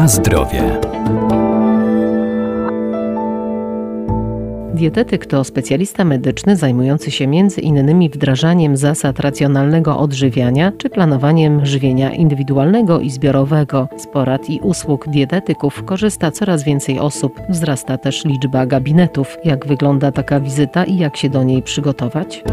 Na zdrowie. Dietetyk to specjalista medyczny zajmujący się m.in. wdrażaniem zasad racjonalnego odżywiania czy planowaniem żywienia indywidualnego i zbiorowego. Z porad i usług dietetyków korzysta coraz więcej osób. Wzrasta też liczba gabinetów. Jak wygląda taka wizyta i jak się do niej przygotować?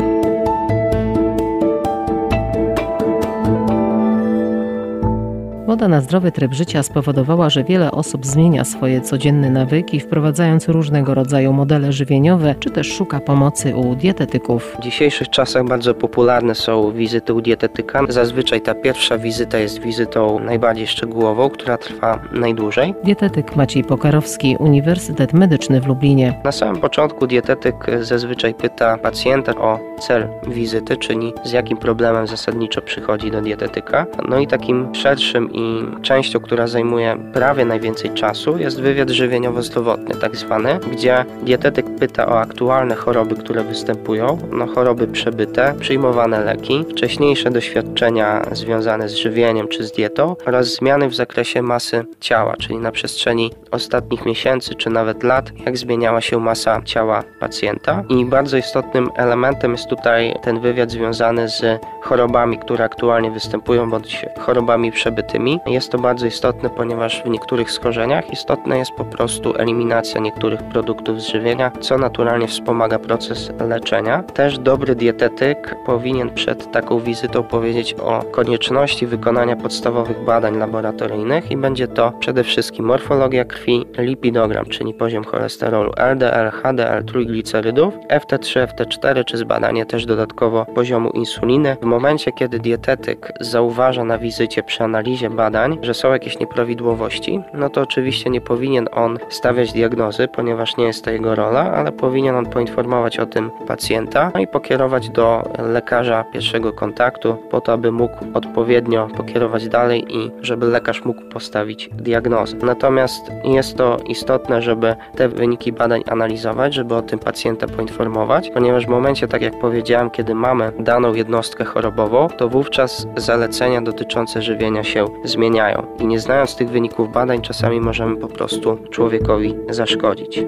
Moda na zdrowy tryb życia spowodowała, że wiele osób zmienia swoje codzienne nawyki, wprowadzając różnego rodzaju modele żywieniowe, czy też szuka pomocy u dietetyków. W dzisiejszych czasach bardzo popularne są wizyty u dietetyka. Zazwyczaj ta pierwsza wizyta jest wizytą najbardziej szczegółową, która trwa najdłużej. Dietetyk Maciej Pokarowski, Uniwersytet Medyczny w Lublinie. Na samym początku dietetyk zazwyczaj pyta pacjenta o cel wizyty, czyli z jakim problemem zasadniczo przychodzi do dietetyka. No i takim szerszym i częścią, która zajmuje prawie najwięcej czasu, jest wywiad żywieniowo-zdrowotny, tak zwany, gdzie dietetyk pyta o aktualne choroby, które występują, choroby przebyte, przyjmowane leki, wcześniejsze doświadczenia związane z żywieniem czy z dietą oraz zmiany w zakresie masy ciała, czyli na przestrzeni ostatnich miesięcy czy nawet lat, jak zmieniała się masa ciała pacjenta. I bardzo istotnym elementem jest tutaj ten wywiad związany z chorobami, które aktualnie występują, bądź chorobami przebytymi. Jest to bardzo istotne, ponieważ w niektórych schorzeniach istotna jest po prostu eliminacja niektórych produktów z żywienia, co naturalnie wspomaga proces leczenia. Też dobry dietetyk powinien przed taką wizytą powiedzieć o konieczności wykonania podstawowych badań laboratoryjnych i będzie to przede wszystkim morfologia krwi, lipidogram, czyli poziom cholesterolu LDL, HDL, trójglicerydów, FT3, FT4, czy zbadanie też dodatkowo poziomu insuliny. W momencie, kiedy dietetyk zauważa na wizycie przy analizie badań, że są jakieś nieprawidłowości, to oczywiście nie powinien on stawiać diagnozy, ponieważ nie jest to jego rola, ale powinien on poinformować o tym pacjenta i pokierować do lekarza pierwszego kontaktu po to, aby mógł odpowiednio pokierować dalej i żeby lekarz mógł postawić diagnozę. Natomiast jest to istotne, żeby te wyniki badań analizować, żeby o tym pacjenta poinformować, ponieważ w momencie, tak jak powiedziałem, kiedy mamy daną jednostkę chorobową, to wówczas zalecenia dotyczące żywienia się zmieniają i nie znając tych wyników badań, czasami możemy po prostu człowiekowi zaszkodzić.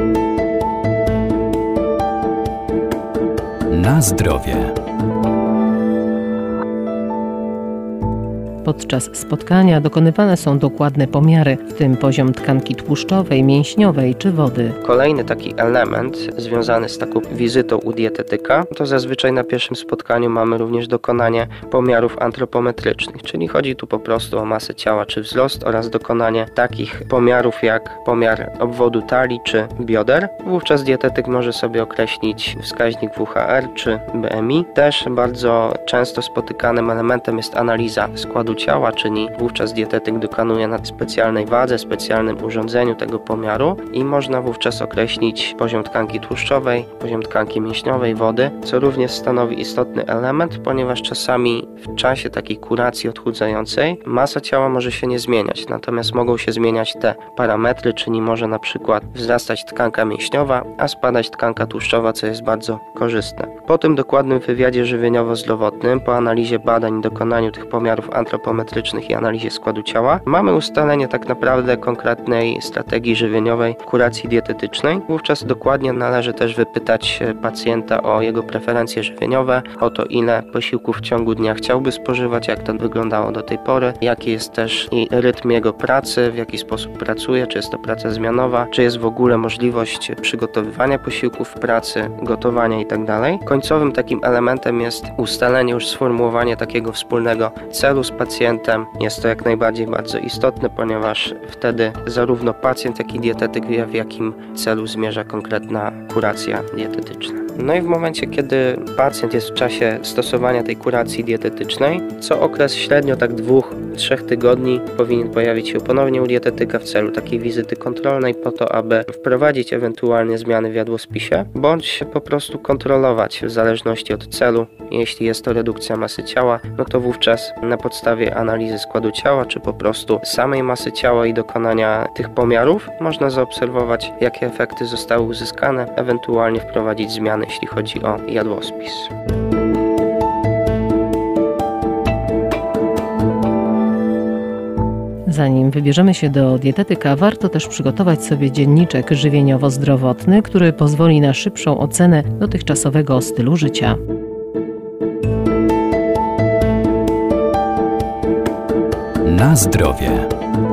Na zdrowie. Podczas spotkania dokonywane są dokładne pomiary, w tym poziom tkanki tłuszczowej, mięśniowej czy wody. Kolejny taki element związany z taką wizytą u dietetyka, to zazwyczaj na pierwszym spotkaniu mamy również dokonanie pomiarów antropometrycznych, czyli chodzi tu po prostu o masę ciała czy wzrost oraz dokonanie takich pomiarów jak pomiar obwodu talii czy bioder. Wówczas dietetyk może sobie określić wskaźnik WHR czy BMI. Też bardzo często spotykanym elementem jest analiza składu ciała, czyli wówczas dietetyk dokonuje na specjalnej wadze, specjalnym urządzeniu tego pomiaru i można wówczas określić poziom tkanki tłuszczowej, poziom tkanki mięśniowej, wody, co również stanowi istotny element, ponieważ czasami w czasie takiej kuracji odchudzającej masa ciała może się nie zmieniać, natomiast mogą się zmieniać te parametry, czyli może na przykład wzrastać tkanka mięśniowa, a spadać tkanka tłuszczowa, co jest bardzo korzystne. Po tym dokładnym wywiadzie żywieniowo-zdrowotnym, po analizie badań i dokonaniu tych pomiarów antropometrycznych i analizie składu ciała, mamy ustalenie tak naprawdę konkretnej strategii żywieniowej kuracji dietetycznej. Wówczas dokładnie należy też wypytać pacjenta o jego preferencje żywieniowe, o to, ile posiłków w ciągu dnia chciałby spożywać, jak to wyglądało do tej pory, jaki jest też rytm jego pracy, w jaki sposób pracuje, czy jest to praca zmianowa, czy jest w ogóle możliwość przygotowywania posiłków w pracy, gotowania itd. Końcowym takim elementem jest ustalenie, już sformułowanie takiego wspólnego celu z pacjentem. Jest to jak najbardziej bardzo istotne, ponieważ wtedy zarówno pacjent, jak i dietetyk wie, w jakim celu zmierza konkretna kuracja dietetyczna. No i w momencie, kiedy pacjent jest w czasie stosowania tej kuracji dietetycznej, co okres średnio tak 2-3 tygodni powinien pojawić się ponownie u dietetyka w celu takiej wizyty kontrolnej po to, aby wprowadzić ewentualnie zmiany w jadłospisie, bądź po prostu kontrolować w zależności od celu. Jeśli jest to redukcja masy ciała, to wówczas na podstawie analizy składu ciała, czy po prostu samej masy ciała i dokonania tych pomiarów można zaobserwować, jakie efekty zostały uzyskane, ewentualnie wprowadzić zmiany, jeśli chodzi o jadłospis. Zanim wybierzemy się do dietetyka, warto też przygotować sobie dzienniczek żywieniowo-zdrowotny, który pozwoli na szybszą ocenę dotychczasowego stylu życia. Na zdrowie.